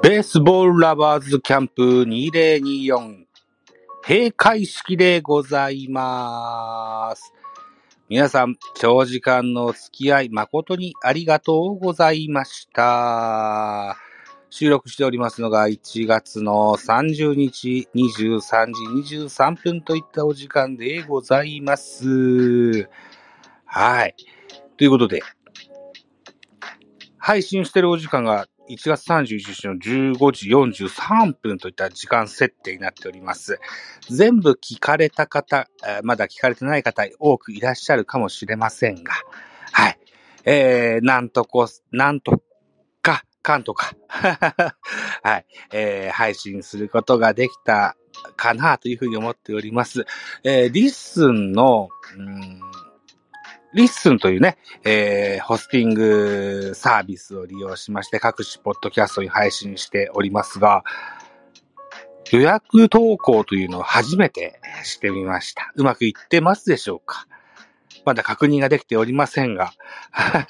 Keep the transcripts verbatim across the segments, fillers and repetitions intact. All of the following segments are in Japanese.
ベースボールラバーズキャンプにせんにじゅうよん閉会式でございます。皆さん、長時間のお付き合い誠にありがとうございました。収録しておりますのがいちがつのさんじゅうにちにじゅうさんじにじゅうさんぷんといったお時間でございます。はい。ということで、配信してるお時間がいちがつさんじゅういちにちのじゅうごじよんじゅうさんぷんといった時間設定になっております。全部聞かれた方、まだ聞かれてない方多くいらっしゃるかもしれませんが、はい。えー、なんとこ、なんとか、かんとか、はい、えー、配信することができたかなというふうに思っております。えー、リッスンの、うーんリッスンというね、えー、ホスティングサービスを利用しまして各種ポッドキャストに配信しておりますが、予約投稿というのを初めてしてみました。うまくいってますでしょうか？まだ確認ができておりませんが、はい、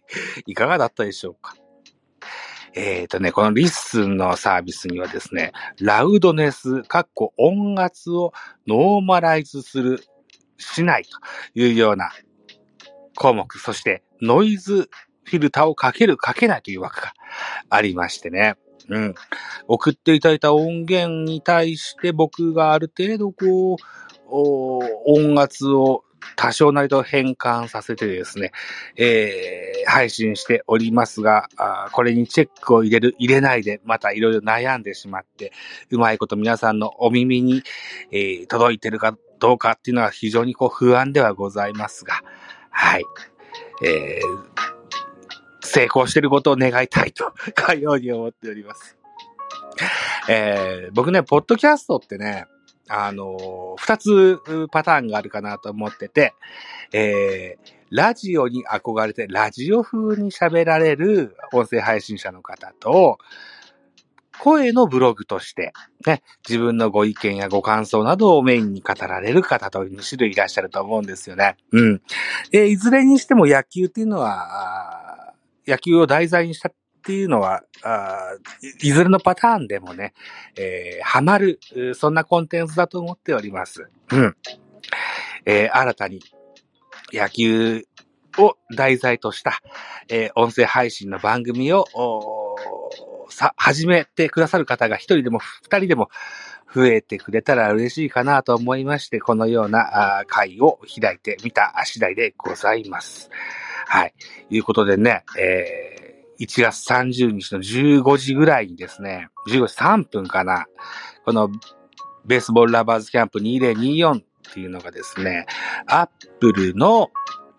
いかがだったでしょうか？えーとね、このリッスンのサービスにはですね、ラウドネス、かっこ音圧をノーマライズする、しないというような項目、そしてノイズフィルターをかけるかけないという枠がありましてね。うん。送っていただいた音源に対して僕がある程度こう、音圧を多少なりと変換させてですね、えー、配信しておりますが、あこれにチェックを入れる、入れないで、またいろいろ悩んでしまって、うまいこと皆さんのお耳に、えー、届いてるかどうかっていうのは非常にこう不安ではございますが、はい。えー、成功していることを願いたいと、かように思っております。えー、僕ね、ポッドキャストってね、あのー、二つパターンがあるかなと思ってて、えー、ラジオに憧れて、ラジオ風に喋られる音声配信者の方と、声のブログとして、ね、自分のご意見やご感想などをメインに語られる方とに種類いらっしゃると思うんですよね。うん。えー、いずれにしても野球っていうのは、野球を題材にしたっていうのは、あい, いずれのパターンでもね、えー、ハマる、そんなコンテンツだと思っております。うん。えー、新たに野球を題材とした、えー、音声配信の番組を、さ、始めてくださる方が一人でも二人でも増えてくれたら嬉しいかなと思いまして、このような会を開いてみた次第でございます。はい。いうことでね、えー、いちがつさんじゅうにちのじゅうごじぐらいにですね、じゅうごじさんぷんかな、このベースボールラバーズキャンプにせんにじゅうよんっていうのがですね、アップルの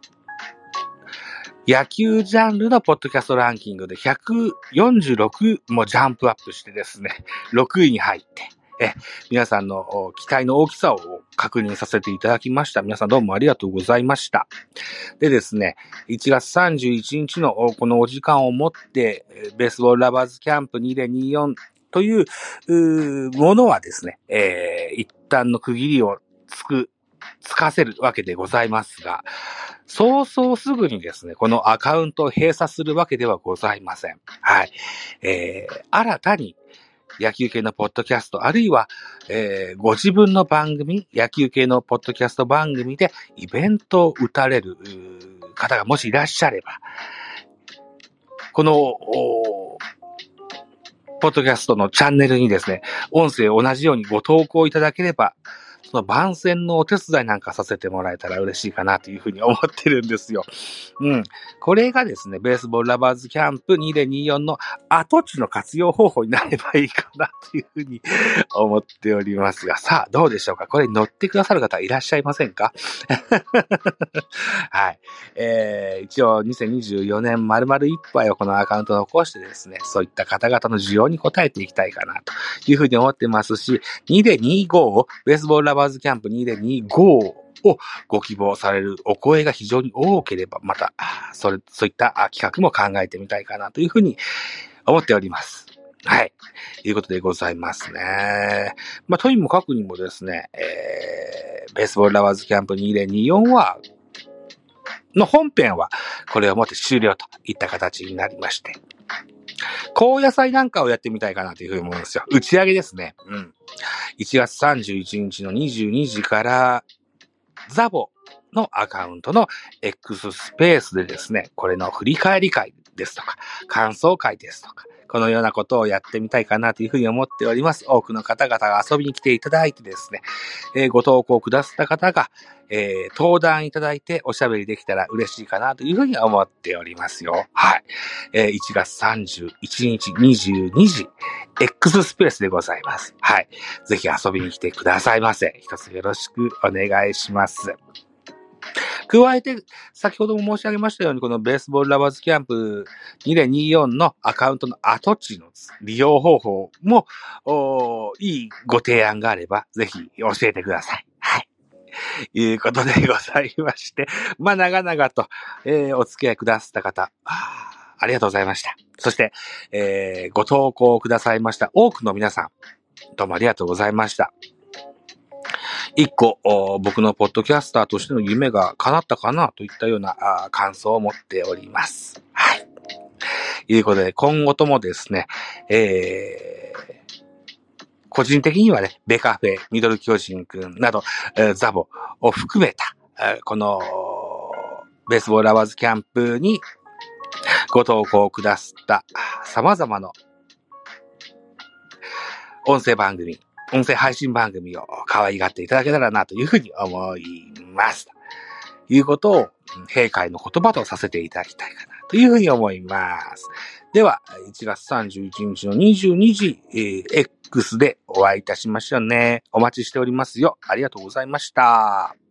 野球ジャンルのポッドキャストランキングでひゃくよんじゅうろくもジャンプアップしてですね、ろくいに入って、え、皆さんの期待の大きさを確認させていただきました。皆さんどうもありがとうございました。でですね、いちがつさんじゅういちにちのこのお時間をもって、ベースボールラバーズキャンプにせんにじゅうよんという、うものはですね、えー、一旦の区切りをつく、つかせるわけでございますが、そうそうすぐにですね、このアカウントを閉鎖するわけではございません。はい。えー、新たに野球系のポッドキャスト、あるいは、えー、ご自分の番組、野球系のポッドキャスト番組でイベントを打たれる方がもしいらっしゃれば、この、ポッドキャストのチャンネルにですね、音声同じようにご投稿いただければ、その番宣のお手伝いなんかさせてもらえたら嬉しいかなというふうに思ってるんですよ。うん。これがですね、ベースボールラバーズキャンプにせんにじゅうよんの跡地の活用方法になればいいかなというふうに思っておりますが、さあ、どうでしょうか？これに乗ってくださる方いらっしゃいませんか？はい。えー、一応にせんにじゅうよねん丸々いっぱいをこのアカウントを残してですね、そういった方々の需要に応えていきたいかなというふうに思ってますし、にせんにじゅうご、ベースボールラバーズキャンプにせんにじゅうごをご希望されるお声が非常に多ければ、また、それ、そういった企画も考えてみたいかなというふうに思っております。はい。ということでございますね。まあ、とにもかくにもですね、えー、ベースボールラバーズキャンプにせんにじゅうよんは、の本編はこれをもって終了といった形になりまして、 高野菜なんかをやってみたいかなというふうに思うんですよ。打ち上げですね。うん。いちがつさんじゅういちにちのにじゅうにじから、ザボのアカウントの X スペースでですね、これの振り返り会ですとか、感想会ですとか、このようなことをやってみたいかなというふうに思っております。多くの方々が遊びに来ていただいてですね、えー、ご投稿くださった方が、えー、登壇いただいておしゃべりできたら嬉しいかなというふうに思っておりますよ。はい。えー、いちがつさんじゅういちにちにじゅうにじ、X スペースでございます。はい。ぜひ遊びに来てくださいませ。一つよろしくお願いします。加えて、先ほども申し上げましたように、このベースボールラバーズキャンプにせんにじゅうよんのアカウントの跡地の利用方法も、いいご提案があれば、ぜひ教えてください。はい。いうことでございまして、まあ、長々と、えー、お付き合いくださった方、ありがとうございました。そして、えー、ご投稿くださいました多くの皆さん、どうもありがとうございました。一個、僕のポッドキャスターとしての夢が叶ったかなといったような感想を持っております。はい。ということで、今後ともですね、えー、個人的にはね、ベカフェ、ミドル巨人くんなど、えー、ザボを含めた、えー、この、ベースボールラバーズキャンプにご投稿くださった様々な音声番組、音声配信番組を可愛がっていただけたらなというふうに思います。ということを、閉会の言葉とさせていただきたいかなというふうに思います。では、いちがつさんじゅういちにちのにじゅうにじ、えー、X でお会いいたしましょうね。お待ちしておりますよ。ありがとうございました。